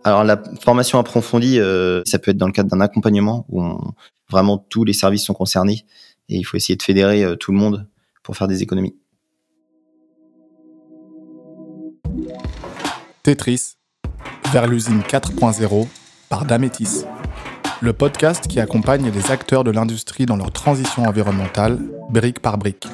Alors la formation approfondie, ça peut être dans le cadre d'un accompagnement où vraiment tous les services sont concernés et il faut essayer de fédérer, tout le monde pour faire des économies. Tetris, vers l'usine 4.0 par Damétis. Le podcast qui accompagne les acteurs de l'industrie dans leur transition environnementale, brique par brique.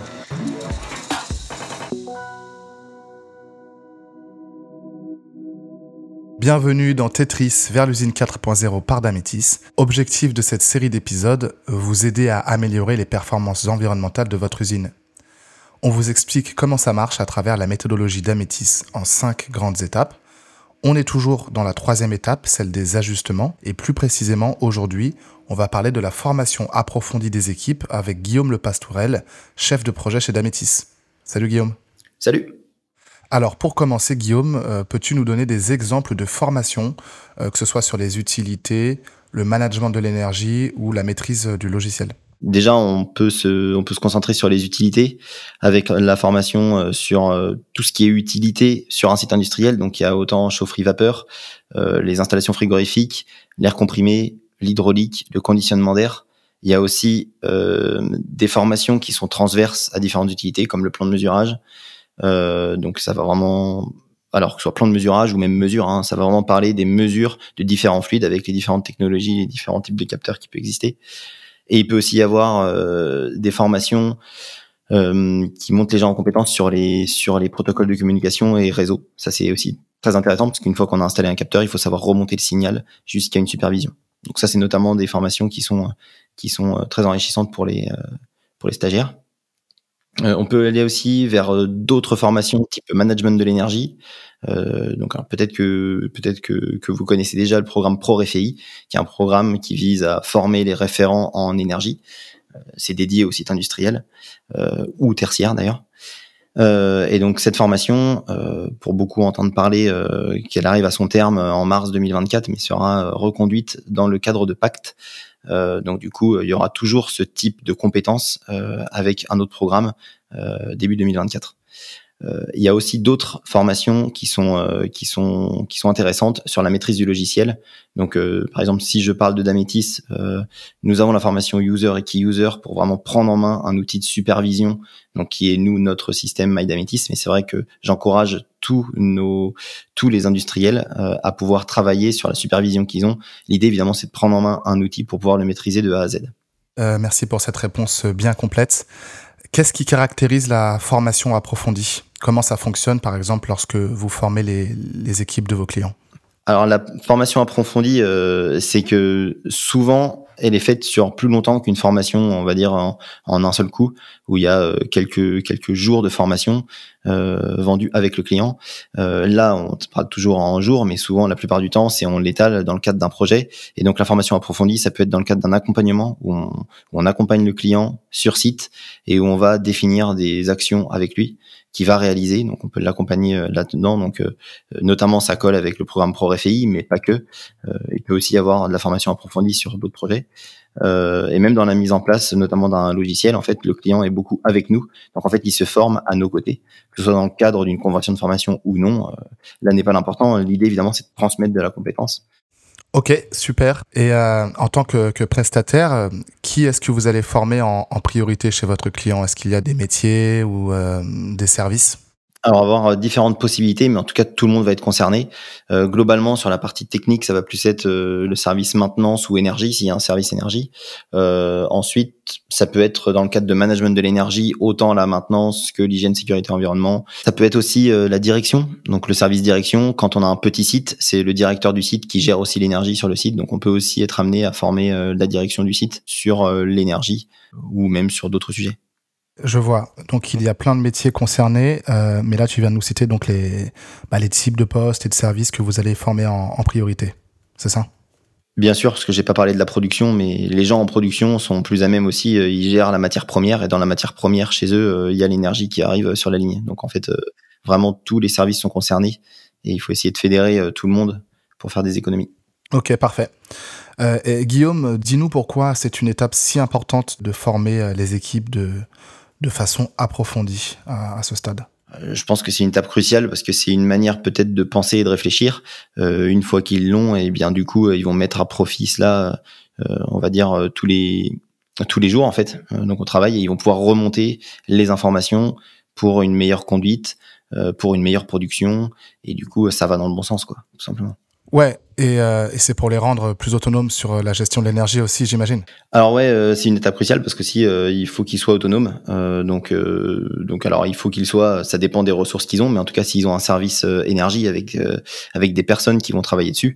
Bienvenue dans Tetris vers l'usine 4.0 par Damétis. Objectif de cette série d'épisodes, vous aider à améliorer les performances environnementales de votre usine. On vous explique comment ça marche à travers la méthodologie Damétis en 5 grandes étapes. On est toujours dans la 3e étape, celle des ajustements. Et plus précisément, aujourd'hui, on va parler de la formation approfondie des équipes avec Guillaume Lepastourel, chef de projet chez Damétis. Salut Guillaume. Salut. Alors pour commencer Guillaume, peux-tu nous donner des exemples de formation, que ce soit sur les utilités, le management de l'énergie ou la maîtrise du logiciel ? Déjà, on peut se concentrer sur les utilités avec la formation sur tout ce qui est utilité sur un site industriel. Donc, il y a autant chaufferie-vapeur, les installations frigorifiques, l'air comprimé, l'hydraulique, le conditionnement d'air. Il y a aussi des formations qui sont transverses à différentes utilités, comme le plan de mesurage. Donc, ça va vraiment... Alors que ce soit plan de mesurage ou même mesure, ça va vraiment parler des mesures de différents fluides avec les différentes technologies, les différents types de capteurs qui peuvent exister. Et il peut aussi y avoir des formations qui montent les gens en compétence sur les protocoles de communication et réseau. Ça, c'est aussi très intéressant parce qu'une fois qu'on a installé un capteur, il faut savoir remonter le signal jusqu'à une supervision. Donc ça, c'est notamment des formations qui sont très enrichissantes pour les stagiaires. On peut aller aussi vers d'autres formations type management de l'énergie. Donc alors peut-être que vous connaissez déjà le programme ProRéféi, qui est un programme qui vise à former les référents en énergie. C'est dédié au site industriel ou tertiaire d'ailleurs. Et donc cette formation, pour beaucoup entendre parler qu'elle arrive à son terme en mars 2024, mais sera reconduite dans le cadre de Pacte. Donc du coup, il y aura toujours ce type de compétences avec un autre programme début 2024. Il y a aussi d'autres formations qui sont intéressantes sur la maîtrise du logiciel. Donc, par exemple, si je parle de Damétis, nous avons la formation User et Key User pour vraiment prendre en main un outil de supervision, donc qui est notre système MyDamétis. Mais c'est vrai que j'encourage tous les industriels à pouvoir travailler sur la supervision qu'ils ont. L'idée, évidemment, c'est de prendre en main un outil pour pouvoir le maîtriser de A à Z. Merci pour cette réponse bien complète. Qu'est-ce qui caractérise la formation approfondie ? Comment ça fonctionne, par exemple, lorsque vous formez les équipes de vos clients ? Alors, la formation approfondie, c'est que souvent, elle est faite sur plus longtemps qu'une formation, on va dire, en un seul coup, où il y a quelques jours de formation vendus avec le client. Là, on parle toujours en jours, mais souvent, la plupart du temps, on l'étale dans le cadre d'un projet. Et donc, la formation approfondie, ça peut être dans le cadre d'un accompagnement où on accompagne le client sur site et où on va définir des actions avec lui qui va réaliser. Donc, on peut l'accompagner là-dedans. Donc, notamment, ça colle avec le programme ProRéféi, mais pas que. Il peut aussi y avoir de la formation approfondie sur d'autres projets. Et même dans la mise en place, notamment d'un logiciel, en fait, le client est beaucoup avec nous. Donc, en fait, il se forme à nos côtés, que ce soit dans le cadre d'une convention de formation ou non. Là n'est pas l'important. L'idée, évidemment, c'est de transmettre de la compétence. Ok, super. Et en tant que prestataire, qui est-ce que vous allez former en priorité chez votre client ? Est-ce qu'il y a des métiers ou des services ? Alors, avoir différentes possibilités, mais en tout cas, tout le monde va être concerné. Globalement, sur la partie technique, ça va plus être le service maintenance ou énergie, s'il y a un service énergie. Ensuite, ça peut être dans le cadre de management de l'énergie, autant la maintenance que l'hygiène, sécurité, environnement. Ça peut être aussi la direction, donc le service direction. Quand on a un petit site, c'est le directeur du site qui gère aussi l'énergie sur le site. Donc, on peut aussi être amené à former la direction du site sur l'énergie ou même sur d'autres sujets. Je vois. Donc, il y a plein de métiers concernés, mais là, tu viens de nous citer donc les types de postes et de services que vous allez former en priorité. C'est ça ? Bien sûr, parce que j'ai pas parlé de la production, mais les gens en production sont plus à même aussi, ils gèrent la matière première et dans la matière première, chez eux, il y a l'énergie qui arrive sur la ligne. Donc, en fait, vraiment, tous les services sont concernés et il faut essayer de fédérer tout le monde pour faire des économies. Ok, parfait. Et Guillaume, dis-nous pourquoi c'est une étape si importante de former les équipes de façon approfondie à ce stade. Je pense que c'est une étape cruciale parce que c'est une manière peut-être de penser et de réfléchir. Une fois qu'ils l'ont, et bien du coup, ils vont mettre à profit cela, on va dire tous les jours en fait. Donc au travail, et ils vont pouvoir remonter les informations pour une meilleure conduite, pour une meilleure production, et du coup, ça va dans le bon sens, quoi, tout simplement. Ouais, et c'est pour les rendre plus autonomes sur la gestion de l'énergie aussi, j'imagine. Alors ouais, c'est une étape cruciale parce qu'aussi il faut qu'ils soient autonomes. Donc alors il faut qu'ils soient. Ça dépend des ressources qu'ils ont, mais en tout cas s'ils ont un service énergie avec des personnes qui vont travailler dessus,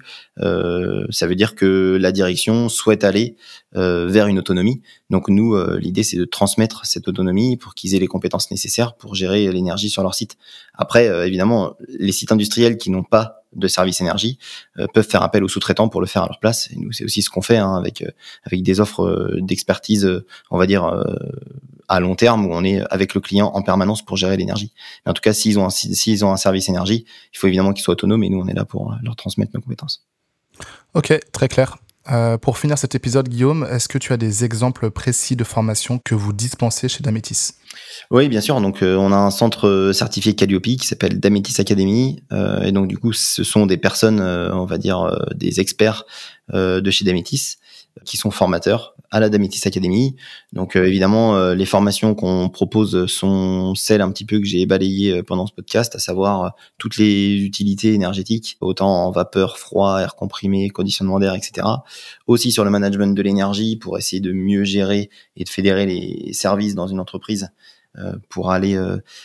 ça veut dire que la direction souhaite aller vers une autonomie. Donc nous, l'idée c'est de transmettre cette autonomie pour qu'ils aient les compétences nécessaires pour gérer l'énergie sur leur site. Après, évidemment, les sites industriels qui n'ont pas de service énergie peuvent faire appel aux sous-traitants pour le faire à leur place. Et nous, c'est aussi ce qu'on fait avec des offres d'expertise, on va dire, à long terme, où on est avec le client en permanence pour gérer l'énergie. Mais en tout cas, s'ils ont un service énergie, il faut évidemment qu'ils soient autonomes, et nous, on est là pour leur transmettre nos compétences. Ok, très clair. Pour finir cet épisode, Guillaume, est-ce que tu as des exemples précis de formations que vous dispensez chez Dametis ? Oui, bien sûr. Donc, on a un centre certifié Calliope qui s'appelle Dametis Academy. Et donc, du coup, ce sont des personnes, on va dire, des experts de chez Dametis qui sont formateurs à la Dametis Academy. Donc, évidemment, les formations qu'on propose sont celles un petit peu que j'ai balayées pendant ce podcast, à savoir toutes les utilités énergétiques, autant en vapeur, froid, air comprimé, conditionnement d'air, etc. Aussi sur le management de l'énergie pour essayer de mieux gérer et de fédérer les services dans une entreprise pour aller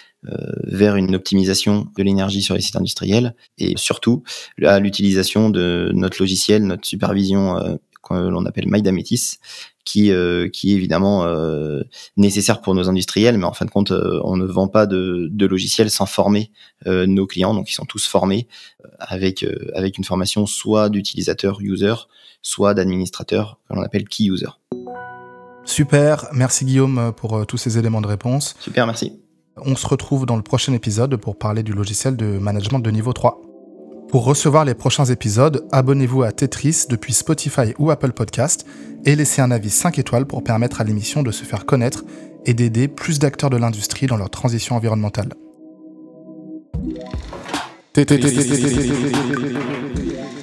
vers une optimisation de l'énergie sur les sites industriels, et surtout à l'utilisation de notre logiciel, notre supervision que l'on appelle MyDametis, qui est évidemment nécessaire pour nos industriels, mais en fin de compte, on ne vend pas de logiciel sans former nos clients, donc ils sont tous formés avec une formation soit d'utilisateur user, soit d'administrateur, que l'on appelle key user. Super, merci Guillaume pour tous ces éléments de réponse. Super, merci. On se retrouve dans le prochain épisode pour parler du logiciel de management de niveau 3. Pour recevoir les prochains épisodes, abonnez-vous à Tetris depuis Spotify ou Apple Podcast et laissez un avis 5 étoiles pour permettre à l'émission de se faire connaître et d'aider plus d'acteurs de l'industrie dans leur transition environnementale.